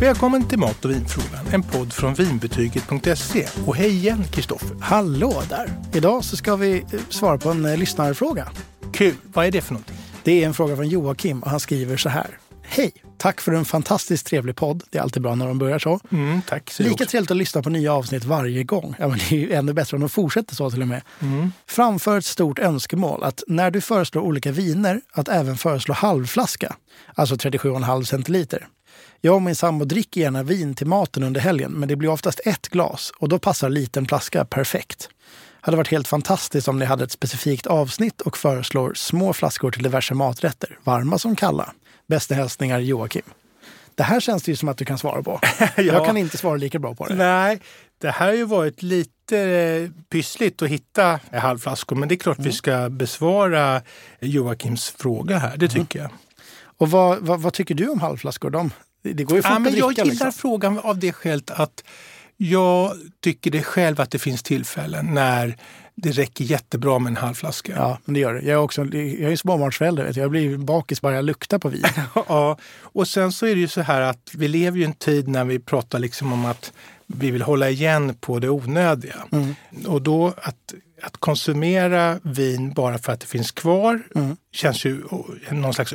Välkommen till Mat- och vinfrågan, en podd från vinbetyget.se. Och hej igen, Kristoffer. Hallå där. Idag så ska vi svara på en lyssnarfråga. Kul. Vad är det för någonting? Det är en fråga från Joakim och han skriver så här. Hej, tack för en fantastiskt trevlig podd. Det är alltid bra när de börjar så. Tack. Lika trevligt att lyssna på nya avsnitt varje gång. Ja, men det är ju ännu bättre om de fortsätter så till och med. Framför ett stort önskemål att när du föreslår olika viner att även föreslå halvflaska. Alltså 37,5 centiliter. Jag och min sambo dricker gärna vin till maten under helgen, men det blir oftast ett glas och då passar liten flaska perfekt. Hade varit helt fantastiskt om ni hade ett specifikt avsnitt och föreslår små flaskor till diverse maträtter, varma som kalla. Bästa hälsningar, Joakim. Det här känns det ju som att du kan svara på. Ja. Jag kan inte svara lika bra på det. Nej, det här har ju varit lite pyssligt att hitta halvflaskor, men det är klart vi ska besvara Joakims fråga här, det tycker jag. Och vad tycker du om halvflaskor? Det går ju fort att dricka. Jag gillar liksom. frågan av det skälet att jag tycker det själv att det finns tillfällen när det räcker jättebra med en halvflaska. Ja, men det gör det. Jag är ju småbarnsförälder, vet du. Jag blir bakis bara jag luktar på vin. Ja, och sen så är det ju så här att vi lever ju i en tid när vi pratar liksom om att vi vill hålla igen på det onödiga. Och då att konsumera vin bara för att det finns kvar känns ju någon slags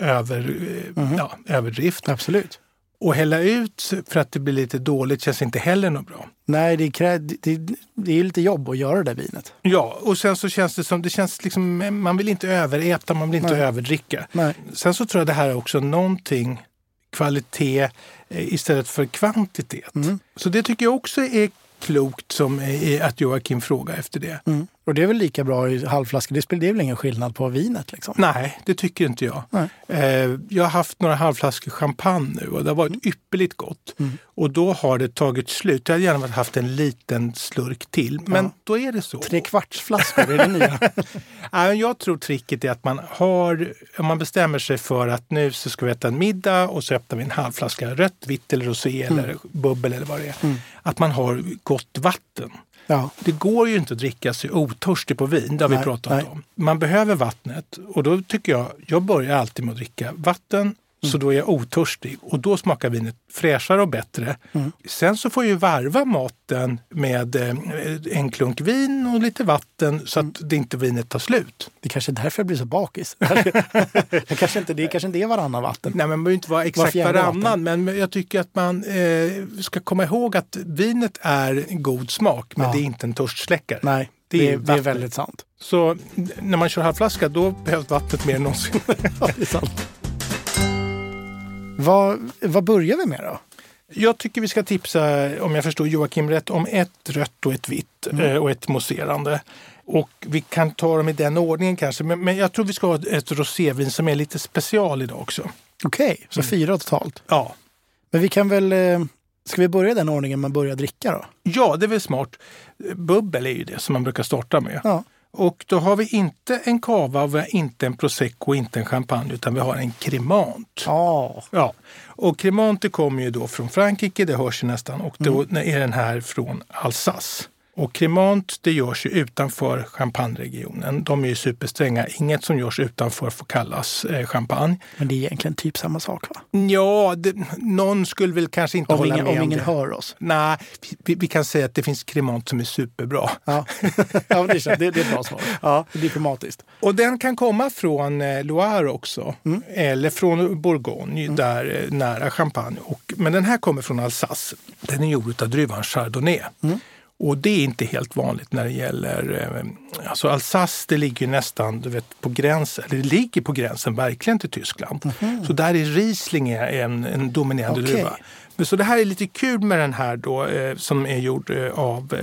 överdrift. Absolut. Och hälla ut för att det blir lite dåligt känns inte heller något bra. Nej, det är lite jobb att göra det vinet. Ja, och sen så känns det liksom, man vill inte överäta, man vill inte överdricka. Nej. Sen så tror jag det här är också någonting kvalitet istället för kvantitet. Så det tycker jag också är klokt som att Joakim frågar efter det. Och det är väl lika bra i halvflaskor. Det är väl ingen skillnad på vinet liksom? Nej, det tycker inte jag. Jag har haft några halvflaskor champagne nu och det har varit ypperligt gott. Och då har det tagit slut. Jag hade gärna haft en liten slurk till, men då är det så. 3/4 flaskor är det nya. Jag tror tricket är att om man bestämmer sig för att nu så ska vi äta en middag och så öppnar vi en halvflaska rött, vitt eller rosé eller bubbel eller vad det är. Att man har gott vatten. Ja. Det går ju inte att dricka sig otörstig på vin, det har vi pratat om. Man behöver vattnet och då tycker jag börjar alltid med att dricka vatten så då är jag otörstig och då smakar vinet fräschare och bättre. Sen så får jag varva maten med en klunk vin och lite vatten så att det inte vinet tar slut. Det kanske är därför jag blir så bakis. Det kanske inte är varannan vatten. Nej, men man behöver inte vara exakt varannan, men jag tycker att man ska komma ihåg att vinet är god smak, men det är inte en törstsläckare. Nej, det är väldigt sant. Så när man kör halvflaska, då behövs vattnet mer än någonsin. Ja, det är sant. Vad börjar vi med då? Jag tycker vi ska tipsa, om jag förstår Joakim rätt, om ett rött och ett vitt och ett mousserande. Och vi kan ta dem i den ordningen kanske, men jag tror vi ska ha ett rosévin som är lite special idag också. Okej, så 4 totalt. Ja. Men vi kan väl... Ska vi börja den ordningen man börjar dricka då? Ja, det är väl smart. Bubbel är ju det som man brukar starta med. Ja. Och då har vi inte en cava, vi har inte en prosecco, inte en champagne, utan vi har en cremant. Ja. Och cremant kommer ju då från Frankrike, det hörs ju nästan. Och då är den här från Alsace. Och cremant, det görs ju utanför champagneregionen. De är ju superstränga. Inget som görs utanför får kallas champagne. Men det är egentligen typ samma sak, va? Ja, någon skulle väl kanske inte hålla med om ingen hör oss. Nej, vi kan säga att det finns cremant som är superbra. Ja, det är ett bra svar. Ja, det är diplomatiskt. Och den kan komma från Loire också. Eller från Bourgogne, där nära Champagne. Men den här kommer från Alsace. Den är gjord av druvan Chardonnay. Och det är inte helt vanligt när det gäller... Alltså Alsace, det ligger ju nästan på gränsen. Eller det ligger på gränsen verkligen till Tyskland. Så där är Riesling en dominerande druva. Men så det här är lite kul med den här då, som är gjord av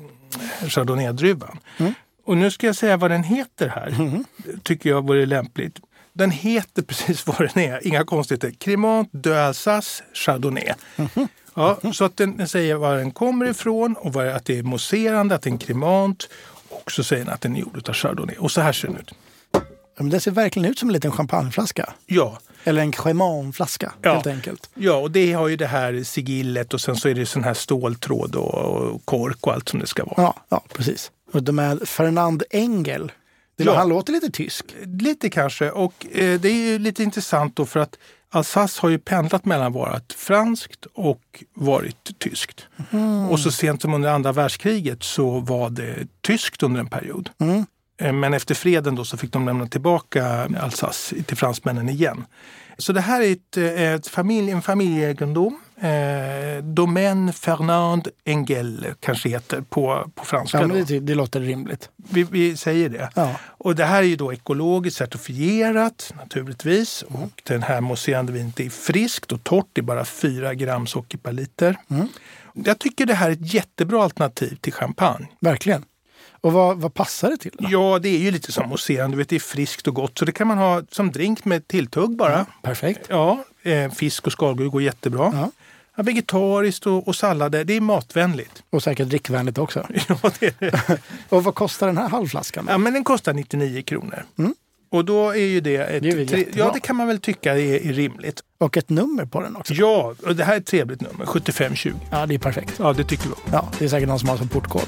Chardonnay-druvan. Och nu ska jag säga vad den heter här. Tycker jag vore lämpligt. Den heter precis vad den är. Inga konstigheter. Cremant de Alsace Chardonnay. Ja, så att den säger var den kommer ifrån och att det är mousserande, att det är en cremant. Och så säger den att den är gjord av Chardonnay. Och så här ser den ut. Men det ser verkligen ut som en liten champagneflaska. Ja. Eller en cremantflaska, helt enkelt. Ja, och det har ju det här sigillet och sen så är det sån här ståltråd och kork och allt som det ska vara. Ja, precis. Och de är Fernand Engel. Han låter lite tysk. Lite kanske. Och det är ju lite intressant då för att Alsace har ju pendlat mellan varit franskt och varit tyskt. Och så sent som under andra världskriget så var det tyskt under en period. Men efter freden då så fick de lämna tillbaka Alsace till fransmännen igen. Så det här är en familjeegendom. Domaine Fernand Engel kanske heter på franska. Ja, men det låter rimligt. Vi säger det. Ja. Och det här är ju då ekologiskt certifierat naturligtvis. Och den här mousserande vinet är friskt och torrt. Det är bara 4 gram socker per liter. Jag tycker det här är ett jättebra alternativ till champagne. Verkligen. Och vad passar det till då? Ja, det är ju lite som mousserande. Du vet, det är friskt och gott. Så det kan man ha som drink med tilltugg bara. Ja, perfekt. Ja, fisk och skaldjur går jättebra. Ja. Ja, vegetariskt och sallader, det är matvänligt. Och säkert drickvänligt också. Ja, det är det. Och vad kostar den här halvflaskan? Ja, men den kostar 99 kronor. Och då är ju det det kan man väl tycka är rimligt. Och ett nummer på den också. Ja, och det här är ett trevligt nummer, 7520. Ja, det är perfekt. Ja, det tycker vi. Ja, det är säkert någon som har som portkod.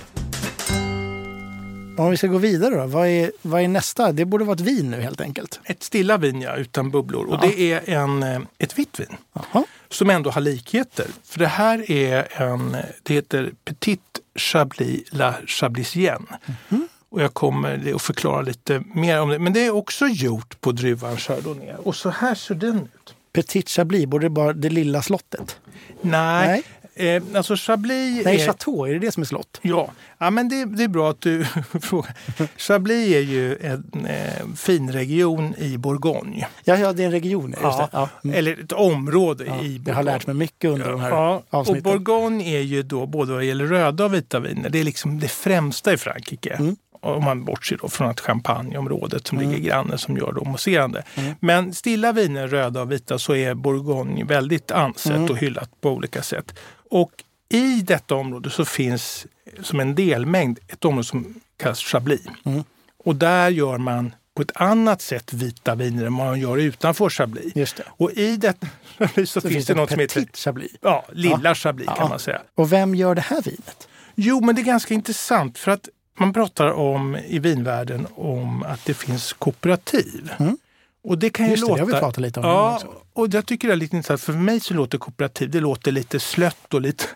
Om vi ska gå vidare då, vad är nästa? Det borde vara ett vin nu helt enkelt. Ett stilla vin, ja, utan bubblor. Och det är ett vitt vin. Aha. Som ändå har likheter. För det här är det heter Petit Chablis La Chablisienne. Och jag kommer att förklara lite mer om det. Men det är också gjort på druvan Chardonnay. Och så här ser den ut. Petit Chablis, borde det bara det lilla slottet? Nej. Alltså Chablis Nej, Chateau, är det som är slott? Ja, men det är bra att du frågar. Chablis är ju en finregion i Bourgogne. Ja, det är en region. Just det. Ja. Eller ett område i Bourgogne. Jag har lärt mig mycket under de här avsnitten. Och Bourgogne är ju då både vad gäller röda och vita viner. Det är liksom det främsta i Frankrike. Om man bortser då från att champagneområdet som ligger granne som gör dem mousserande. Men stilla viner, röda och vita, så är Bourgogne väldigt ansett och hyllat på olika sätt. Och i detta område så finns som en delmängd ett område som kallas Chablis. Och där gör man på ett annat sätt vita viner än man gör utanför Chablis. Just det. Och i detta så finns det något som heter Chablis. Ja, lilla Chablis kan man säga. Och vem gör det här vinet? Jo, men det är ganska intressant för att man pratar om i vinvärlden om att det finns kooperativ. Och det kan ju låta... jag vill prata lite om ja, också. Och jag tycker det är lite intressant. För mig så låter kooperativ, det låter lite slött och lite...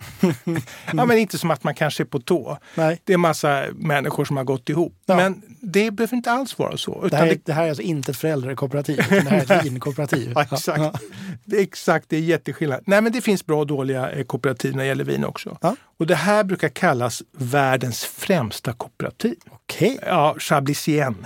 ja, men inte som att man kanske är på tå. Nej. Det är massa människor som har gått ihop. Ja. Men det behöver inte alls vara så. Utan det här är alltså inte ett föräldrakooperativ, utan det här är ett vinkooperativ. Ja, exakt. Ja. Det är jätteskillnad. Nej, men det finns bra och dåliga kooperativ när det gäller vin också. Ja. Och det här brukar kallas världens främsta kooperativ. Okej. Ja, Chablisienne.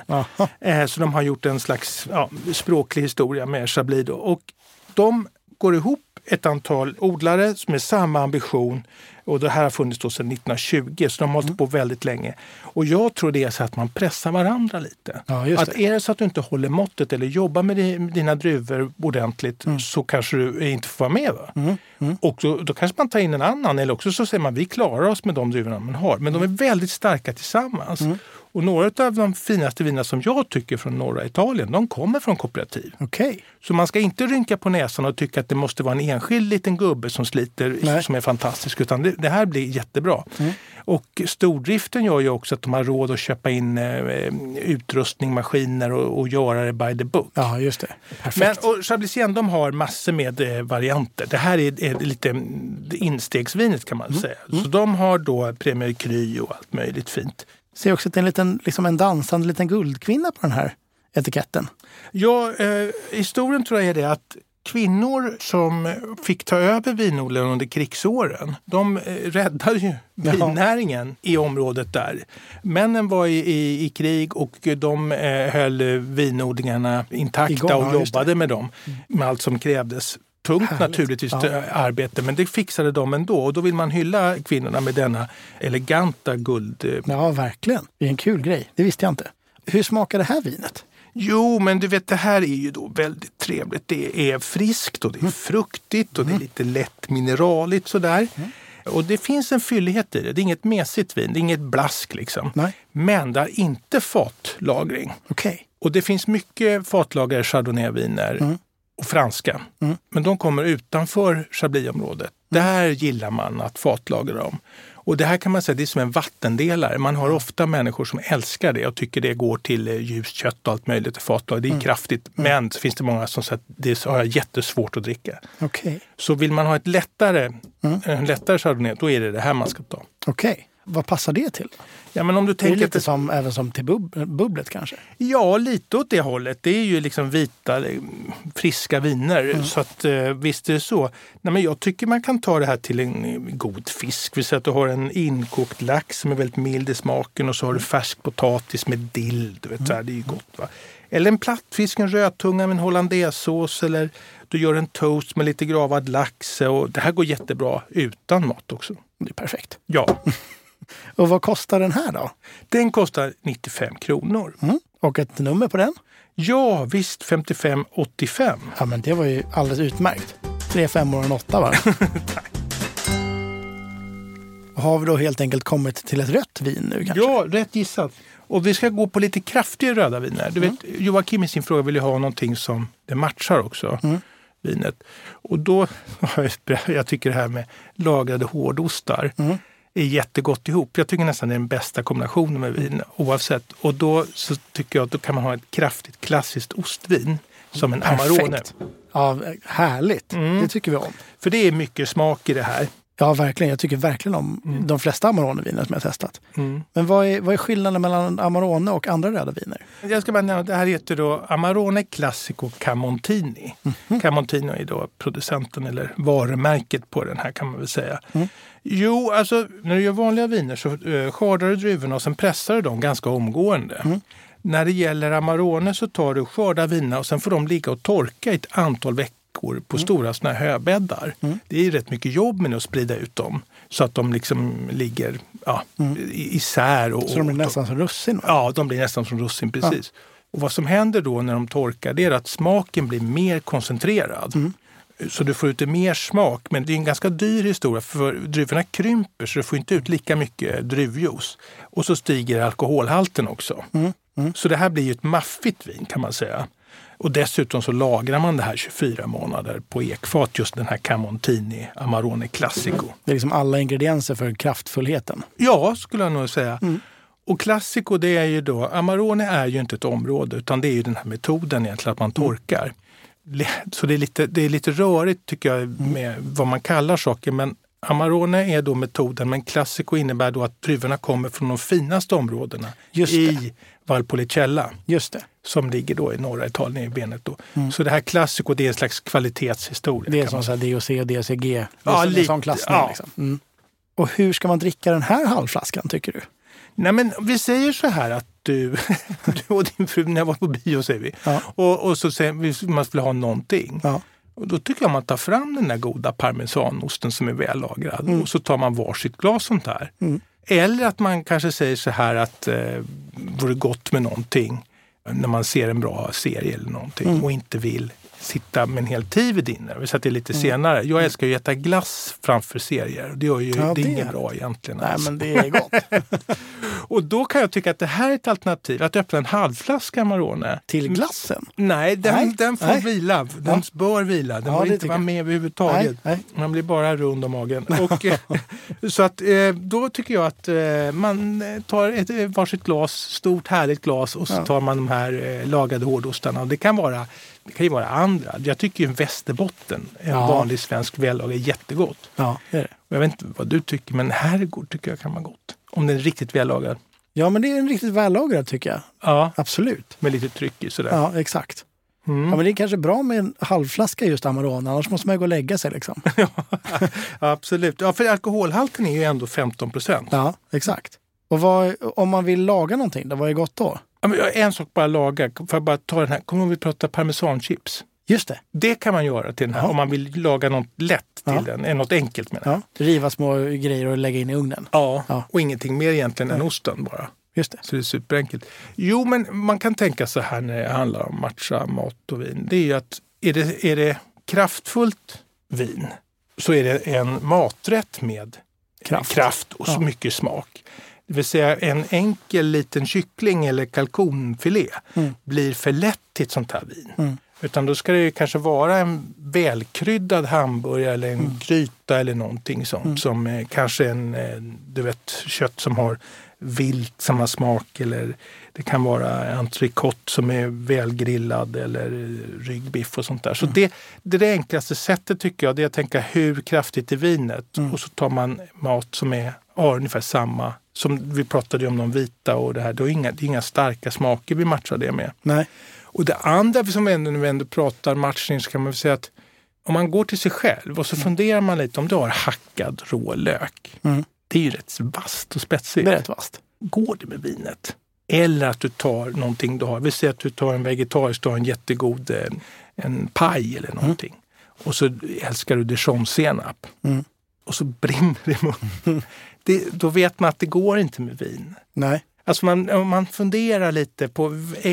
Så de har gjort en slags språklig historia med Chablis då. Och de går ihop ett antal odlare som är samma ambition. Och det här har funnits då sedan 1920, så de har hållit på väldigt länge. Och jag tror det är så att man pressar varandra lite. Ja, just det. Att är det så att du inte håller måttet eller jobbar med dina druvor ordentligt så kanske du inte får vara med. Va? Och då kanske man tar in en annan, eller också så säger man vi klarar oss med de druvorna man har. Men de är väldigt starka tillsammans. Och några av de finaste vinerna som jag tycker från norra Italien, de kommer från kooperativ. Okay. Så man ska inte rynka på näsan och tycka att det måste vara en enskild liten gubbe som sliter som är fantastisk, utan det här blir jättebra. Och stordriften gör ju också att de har råd att köpa in utrustning, maskiner och göra det by the book. Ja, just det. Perfekt. Och Chablisienne, de har massor med varianter. Det här är lite instegsvinet kan man säga. Så de har då Premier Cru och allt möjligt fint. Ser också att det är en dansande liten guldkvinna på den här etiketten. Ja, historien tror jag är det att kvinnor som fick ta över vinodlingen under krigsåren, de räddade ju vinnäringen i området där. Männen var i krig och de höll vinodlingarna intakta och jobbade med dem, med allt som krävdes. Tungt naturligtvis arbete, men det fixade de ändå. Och då vill man hylla kvinnorna med denna eleganta guld. Ja, verkligen. Det är en kul grej. Det visste jag inte. Hur smakar det här vinet? Jo, men du vet, det här är ju då väldigt trevligt. Det är friskt och det är fruktigt och det är lite lätt mineraligt sådär. Och det finns en fyllighet i det. Det är inget mesigt vin, det är inget blask liksom. Nej. Men det har inte fatlagring. Okay. Och det finns mycket fatlagrade chardonnay-viner och franska. Men de kommer utanför Chablis-området. Där gillar man att fatlagra dem. Och det här kan man säga, det är som en vattendelare. Man har ofta människor som älskar det och tycker det går till ljust kött och allt möjligt i fatlag. Det är kraftigt, men så finns det många som säger att det har jättesvårt att dricka. Okay. Så vill man ha en lättare chardonnay, då är det här man ska ta. Okej. Vad passar det till? Ja, men om du tänker är det lite även som till bubblet kanske? Ja, lite åt det hållet. Det är ju liksom vita, friska viner. Så att visst är det så. Nej, men jag tycker man kan ta det här till en god fisk. Vi säger att du har en inkokt lax som är väldigt mild i smaken och så har du färsk potatis med dill. Du vet, så här, det är ju gott, va? Eller en plattfisk, en rödtunga med en hollandaisesås, eller du gör en toast med lite gravad lax. Och det här går jättebra utan mat också. Det är perfekt. Ja. Och vad kostar den här då? Den kostar 95 kronor. Och ett nummer på den? Ja, visst, 5585. Ja, men det var ju alldeles utmärkt. 3, 5 och en 8, va? Har vi då helt enkelt kommit till ett rött vin nu kanske? Ja, rätt gissat. Och vi ska gå på lite kraftiga röda viner. Du vet, Joakim i sin fråga vill ju ha någonting som det matchar också, vinet. Och då, jag tycker det här med lagrade hårdostar är jättegott ihop. Jag tycker nästan det är den bästa kombinationen med vin oavsett. Och då så tycker jag att då kan man ha ett kraftigt klassiskt ostvin som en Amarone. Ja, härligt. Det tycker vi om. För det är mycket smak i det här. Ja, verkligen. Jag tycker verkligen om de flesta Amarone-viner som jag har testat. Men vad är skillnaden mellan Amarone och andra röda viner? Jag ska bara nämna att det här heter då Amarone Classico Camontini. Camontini är då producenten eller varumärket på den här, kan man väl säga. Jo, alltså när du gör vanliga viner så skördar du druvorna och sen pressar du dem ganska omgående. När det gäller Amarone så tar du skörda viner och sen får de ligga och torka i ett antal veckor på stora såna här höbäddar. Det är ju rätt mycket jobb med att sprida ut dem så att de liksom ligger isär. Och, så de blir nästan som russin? Va? Ja, de blir nästan som russin, precis. Och vad som händer då när de torkar, det är att smaken blir mer koncentrerad. Så du får ut mer smak, men det är en ganska dyr historia för druvorna krymper så du får inte ut lika mycket druvjuice. Och så stiger alkoholhalten också. Så det här blir ju ett maffigt vin, kan man säga. Och dessutom så lagrar man det här 24 månader på ekfat, just den här Camontini Amarone Classico. Det är liksom alla ingredienser för kraftfullheten. Ja, skulle jag nog säga. Och Classico, det är ju då, Amarone är ju inte ett område utan det är ju den här metoden egentligen att man torkar. Så det är lite rörigt tycker jag med vad man kallar saker, men Amarone är då metoden, men Classico innebär då att druvorna kommer från de finaste områdena i Valpolicella. Just det. Som ligger då i norra Italien i benet då. Så det här Classico, det är en slags kvalitetshistoria. Det är som så här DOC och DCG. Det är en sån klassning. Ja. Liksom. Och hur ska man dricka den här halvflaskan, tycker du? Nej, men vi säger så här att du och din fru, när jag var på bio säger vi. Och så säger vi att man skulle ha någonting. Och då tycker jag man tar fram den där goda parmesanosten som är väl lagrad. Och så tar man varsitt glas sånt här. Eller att man kanske säger så här att vore gott med någonting när man ser en bra serie eller någonting och inte vill sitta med en hel tid vid dinner. Så att det är lite senare. Jag älskar ju att äta glass framför serier. Det gör ju det är inget bra egentligen. Nej, men det är gott. Och då kan jag tycka att det här är ett alternativ. Att öppna en halvflaska Amarone. Till glassen? Nej, den får vila. Den bör vila. Den bör inte vara med överhuvudtaget. Nej. Man blir bara rund om magen. Och, så att då tycker jag att man tar ett varsitt glas, stort härligt glas, och så tar man de här lagade hårdostarna. Och det kan ju vara andra. Jag tycker ju en Västerbotten, en vanlig svensk vällager, är jättegott. Ja, det är det. Jag vet inte vad du tycker, men herrgård tycker jag kan vara gott. Om den är riktigt vällagad. Ja, men det är en riktigt vällagad tycker jag. Ja. Absolut. Med lite tryck i sådär. Ja, exakt. Ja, men det är kanske bra med en halvflaska just Amarone, annars måste man ju gå och lägga sig liksom. Ja, absolut. Ja, för alkoholhalten är ju ändå 15%. Ja, exakt. Och om man vill laga någonting, vad är gott då? Ja, men en sak bara laga. Får jag bara ta den här? Kommer vi prata parmesanchips? Just det. Det kan man göra till den här om man vill laga något lätt till den. Något enkelt med den. Riva små grejer och lägga in i ugnen. Ja. Och ingenting mer egentligen än osten bara. Just det. Så det är superenkelt. Jo, men man kan tänka så här när det handlar om matcha, mat och vin. Det är ju att är det kraftfullt vin så är det en maträtt med kraft och så mycket smak. Det vill säga en enkel liten kyckling eller kalkonfilé blir för lätt till ett sånt här vin. Utan då ska det kanske vara en välkryddad hamburgare eller en gryta eller någonting sånt. Som kanske kött som har vilt samma smak, eller det kan vara entrecote som är välgrillad eller ryggbiff och sånt där. Så det är det enklaste sättet tycker jag, det är att tänka hur kraftigt är vinet och så tar man mat som har ungefär samma, som vi pratade om de vita och det här. Det är inga starka smaker vi matchar det med. Nej. Och det andra som när vi ändå pratar matchning, så kan man väl säga att om man går till sig själv och så funderar man lite om du har hackad rålök. Det är ju rätt vasst och spetsigt. Det är rätt vasst. Går det med vinet? Eller att du tar någonting du har. Vi säger att du tar en vegetarisk, du har en jättegod en paj eller någonting. Och så älskar du dijonsenap. Och så brinner det i munnen. Då vet man att det går inte med vin. Nej. Alltså om man funderar lite på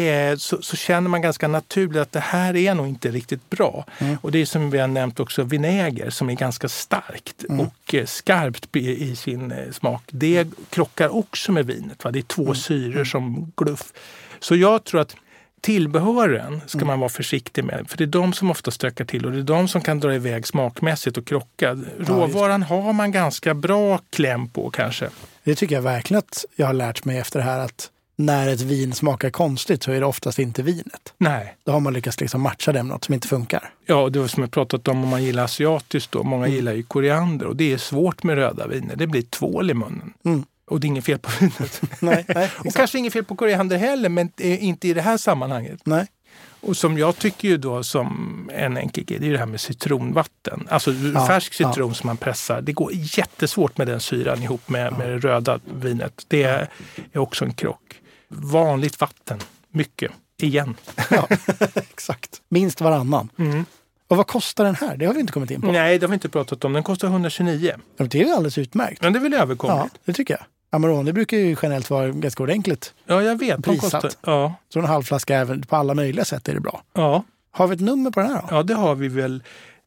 så känner man ganska naturligt att det här är nog inte riktigt bra. Och det är som vi har nämnt också vinäger som är ganska starkt och skarpt i sin smak. Det krockar också med vinet. Va? Det är 2 syror som gluff. Så jag tror att tillbehören ska man vara försiktig med. För det är de som ofta stökar till och det är de som kan dra iväg smakmässigt och krocka. Råvaran har man ganska bra kläm på kanske. Det tycker jag verkligen att jag har lärt mig efter det här, att när ett vin smakar konstigt så är det oftast inte vinet. Nej. Då har man lyckats liksom matcha det med något som inte funkar. Ja, det var som jag pratat om man gillar asiatiskt då. Många gillar ju koriander och det är svårt med röda viner. Det blir tvål i munnen. Och det är inget fel på vinet. Nej, och kanske inget fel på koriander heller, men inte i det här sammanhanget. Nej. Och som jag tycker ju då som en enkel grej, det är det här med citronvatten. Alltså färsk citron som man pressar. Det går jättesvårt med den syran ihop med det röda vinet. Det är också en krock. Vanligt vatten, mycket, igen. Ja, exakt. Minst varannan. Och vad kostar den här? Det har vi inte kommit in på. Nej, det har vi inte pratat om. Den kostar 129. Ja, det är ju alldeles utmärkt. Men det är väl överkomligt. Ja, det tycker jag. Amarone brukar ju generellt vara ganska ordentligt. Ja, jag vet. Prissatt. Ja. Så en halvflaska även på alla möjliga sätt är det bra. Ja. Har vi ett nummer på den här då? Ja, det har vi väl.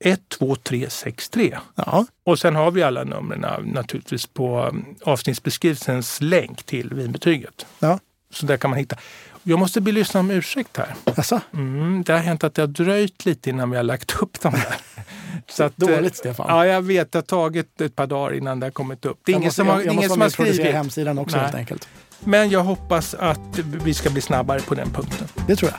12363. Ja. Och sen har vi alla numren naturligtvis på avsnittsbeskrivelsens länk till vinbetyget. Ja. Så där kan man hitta. Jag måste be lyssna om ursäkt här. Alltså? Det har hänt att det har dröjt lite innan vi har lagt upp dem där. Så att, dåligt, Stefan. Ja, jag vet. Det har tagit ett par dagar innan det har kommit upp. Det är ingen som har skrivit. Hemsidan också. Nej. Helt enkelt. Men jag hoppas att vi ska bli snabbare på den punkten. Det tror jag.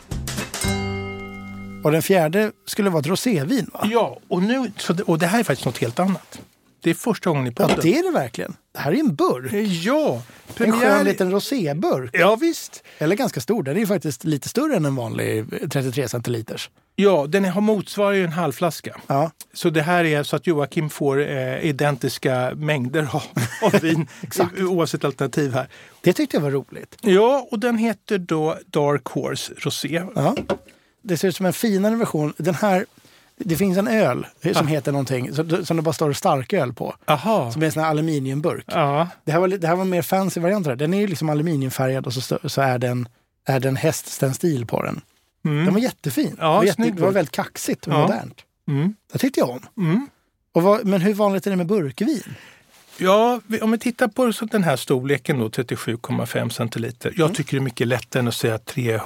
Och den fjärde skulle vara ett rosévin, va? Ja, och det här är faktiskt något helt annat. Det är första gången i podden. Ja, det är det verkligen. Det här är en burk. Ja. En skön liten roséburk. Ja, visst. Eller ganska stor. Den är ju faktiskt lite större än en vanlig 33 centiliters. Ja, den motsvarar ju en halvflaska. Ja. Så det här är så att Joakim får identiska mängder av vin oavsett alternativ här. Det tyckte jag var roligt. Ja, och den heter då Dark Horse Rosé. Ja. Det ser ut som en finare version. Den här, det finns en öl som heter någonting som det bara står starköl på. Aha. Som är en sån här aluminiumburk. Ja. Det här var en mer fancy variant. Den är ju liksom aluminiumfärgad och så är den häststenstil på den. Den var jättefin. Ja, det var väldigt kaxigt och modernt. Det tyckte jag om. Men hur vanligt är det med burkvin? Ja, om vi tittar på den här storleken då, 37,5 centiliter. Jag tycker det är mycket lättare än att säga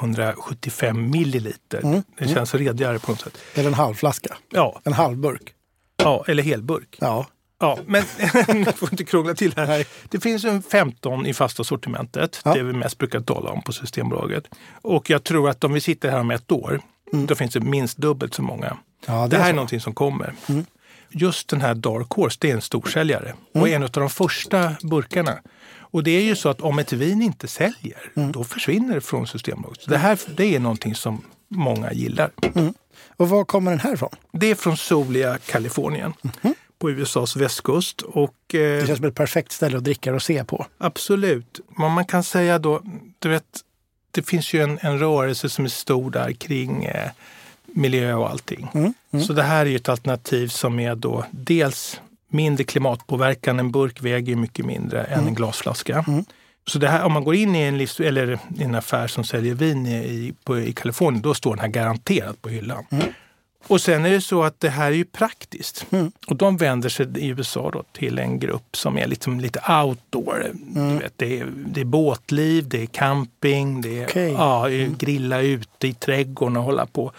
375 milliliter. Det känns redigare på något sätt. Eller en halvflaska. Ja. En halvburk. Ja, eller helburk. Ja. Ja, men nu får inte krångla till här. Nej. Det finns en 15 i fasta sortimentet. Det vi mest brukar tala om på Systembolaget. Och jag tror att om vi sitter här om ett år, då finns det minst dubbelt så många. Ja, det här är någonting som kommer. Just den här Dark Horse, det är en storsäljare. Och en av de första burkarna. Och det är ju så att om ett vin inte säljer, då försvinner det från Systembolaget. Så det är någonting som många gillar. Och var kommer den här ifrån? Det är från soliga Kalifornien. På USAs västkust. Och, det känns som ett perfekt ställe att dricka och se på. Absolut. Men man kan säga då, du vet, det finns ju en rörelse som är stor där kring miljö och allting. Så det här är ju ett alternativ som är då dels mindre klimatpåverkan. En burk väger mycket mindre än en glasflaska. Så det här, om man går in i en affär som säljer vin i Kalifornien, då står den här garanterat på hyllan. Och sen är det så att det här är ju praktiskt. Och de vänder sig i USA då till en grupp som är liksom lite outdoor. Du vet, det är båtliv, det är camping, det är grilla ute i trädgården och hålla på.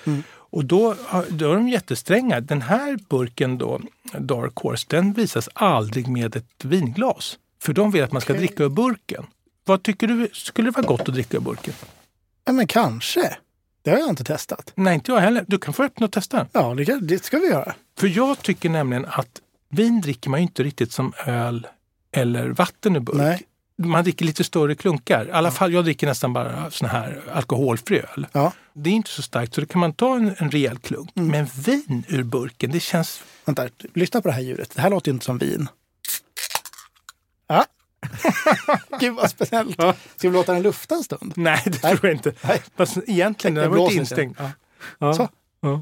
Och då är de jättestränga. Den här burken då, Dark Horse, den visas aldrig med ett vinglas. För de vill att man ska dricka ur burken. Vad tycker du? Skulle det vara gott att dricka ur burken? Ja, men kanske. Det har jag inte testat. Nej, inte jag heller. Du kan få öppna och testa. Ja, det ska vi göra. För jag tycker nämligen att vin dricker man ju inte riktigt som öl eller vatten ur burk. Nej. Man dricker lite större klunkar. I alla fall, jag dricker nästan bara sån här alkoholfri öl. Ja. Det är inte så starkt, så det kan man ta en rejäl klunk. Men vin ur burken, det känns... Vänta, lyssna på det här ljudet. Det här låter ju inte som vin. Ja. Gud vad speciellt. Ja. Ska vi låta den lufta en stund? Nej, det tror jag inte. Nej. Fast egentligen, det var inte instängt. Ja. Så.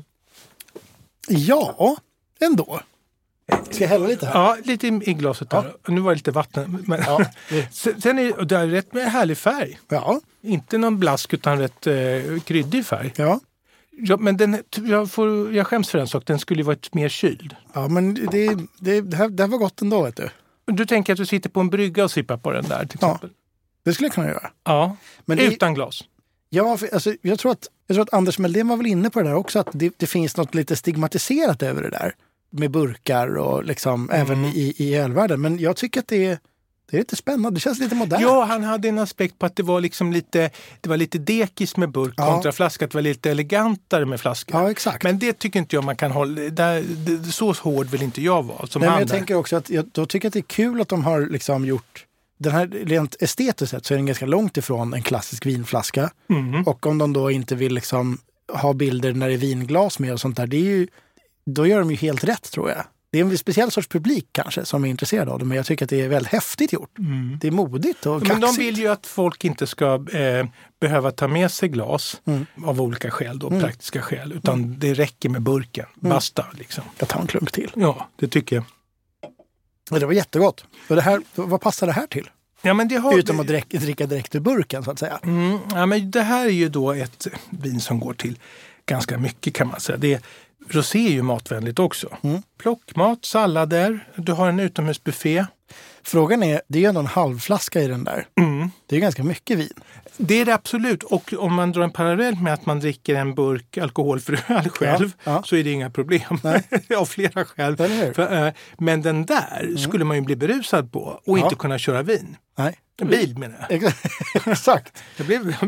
Ja, ändå. Ska jag hälla lite här? Ja, lite i glaset där. Ja. Nu var det lite vatten. Men sen är det rätt med härlig färg. Ja. Inte någon blask utan rätt kryddig färg. Ja. Ja, men jag skäms för en sak. Den skulle ju varit mer kyld. Ja, men det här var gott ändå, vet du. Du tänker att du sitter på en brygga och sippar på den där till exempel? Det skulle jag kunna göra. Ja, men utan glas. Ja, alltså, jag tror att Anders Meldén var väl inne på det där också. Att det finns något lite stigmatiserat över det där. Med burkar och liksom även i ölvärlden. Men jag tycker att det är lite spännande. Det känns lite modernt. Ja, han hade en aspekt på att det var liksom lite dekis med burk kontra flaska. Att det var lite elegantare med flaska. Ja, exakt. Men det tycker inte jag man kan hålla. Så hård vill inte jag vara som Nej, han. Men jag tänker också att jag tycker att det är kul att de har liksom gjort... Den här rent estetiskt sett så är den ganska långt ifrån en klassisk vinflaska. Och om de då inte vill liksom ha bilder när det är vinglas med och sånt där, det är ju... Då gör de ju helt rätt, tror jag. Det är en speciell sorts publik kanske som är intresserad av det, men jag tycker att det är väldigt häftigt gjort. Det är modigt och kaxigt. Men de vill ju att folk inte ska behöva ta med sig glas av olika skäl, då, praktiska skäl, utan det räcker med burken. Basta, liksom. Jag tar en klunk till. Ja, det tycker jag. Men det var jättegott. Och vad passar det här till? Ja, men utom att dricka direkt ur burken, så att säga. Ja, men det här är ju då ett vin som går till ganska mycket, kan man säga. Rosé är ju matvänligt också. Plockmat, sallader, du har en utomhusbuffé. Frågan är, det är ju ändå en halvflaska i den där. Det är ganska mycket vin. Det är det absolut. Och om man drar en parallell med att man dricker en burk alkoholfri öl själv så är det inga problem. Av flera skäl. Men den där skulle man ju bli berusad på och inte kunna köra vin. Nej. Bil menar jag. Exakt. Det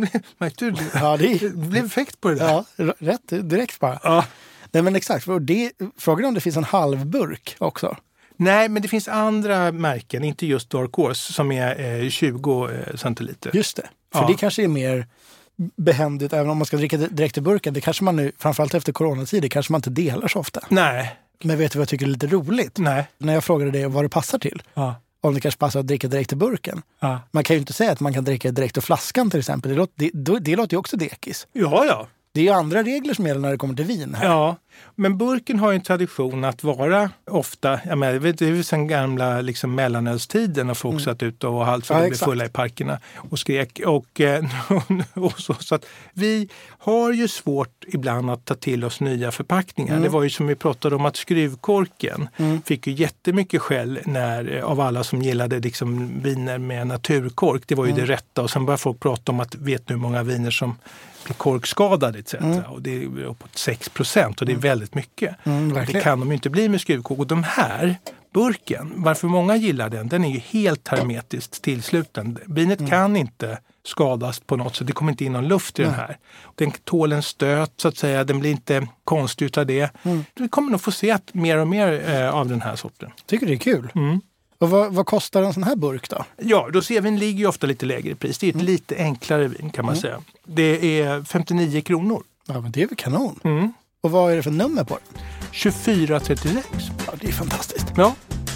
blev effekt på det där. Ja, rätt. Direkt bara. Ja. Nej, men exakt. Frågan är om det finns en halvburk också. Nej, men det finns andra märken, inte just Dark Horse, som är 20 centiliter. Just det. För det kanske är mer behändigt, även om man ska dricka direkt i burken. Det kanske man nu, framförallt efter coronatid, det kanske man inte delar så ofta. Nej. Men vet du vad jag tycker är lite roligt? Nej. När jag frågade dig vad det passar till. Ja. Om det kanske passar att dricka direkt i burken. Ja. Man kan ju inte säga att man kan dricka direkt ur flaskan till exempel. Det låter ju också dekis. Ja. Det är ju andra regler som gäller när det kommer till vin här. Ja, men burken har ju en tradition att vara ofta, det är ju sen gamla liksom mellanölstiden och folk satt ut och halt för att bli fulla i parkerna och skrek. Och så att vi har ju svårt ibland att ta till oss nya förpackningar. Det var ju som vi pratade om att skruvkorken fick ju jättemycket skäll av alla som gillade liksom viner med naturkork. Det var ju det rätta, och sen började folk prata om att vet du hur många viner som blir korkskadade etc. Och det är uppåt 6% och det är väldigt mycket. Det kan de ju inte bli med skruvkork. Och de här burken, varför många gillar den är ju helt hermetiskt tillsluten. Vinet kan inte skadas på något sätt. Det kommer inte in någon luft i den här. Den tål en stöt så att säga. Den blir inte konstig utav det. Vi kommer nog få se mer och mer av den här sorten. Tycker det är kul. Och vad kostar en sån här burk då? Ja, rosévin ligger ju ofta lite lägre i pris. Det är ett lite enklare vin kan man säga. Det är 59 kronor. Ja, men det är väl kanon. Och vad är det för nummer på den? 2436. Ja, det är fantastiskt. Ja.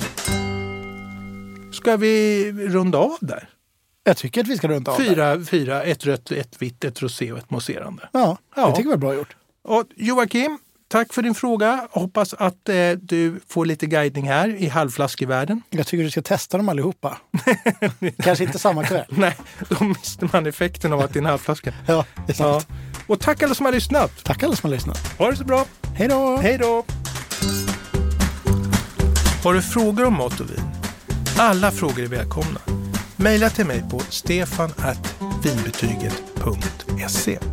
Ska vi runda av där? Jag tycker att vi ska runda av Fyra, ett rött, ett vitt, ett rosé och ett mousserande. Ja, jag tycker det var bra gjort. Och Joakim, tack för din fråga. Hoppas att du får lite guidning här i halvflaskevärlden. Jag tycker du ska testa dem allihopa. Kanske inte samma kväll. Nej, då mister man effekten av att det är en halvflaska. Ja, det är sant. Ja. Och tack alla som har lyssnat. Tack alla som har lyssnat. Ha det så bra. Hej då. Hej då. Har du frågor om mat och vin? Alla frågor är välkomna. Maila till mig på stefan@vinbetyget.se.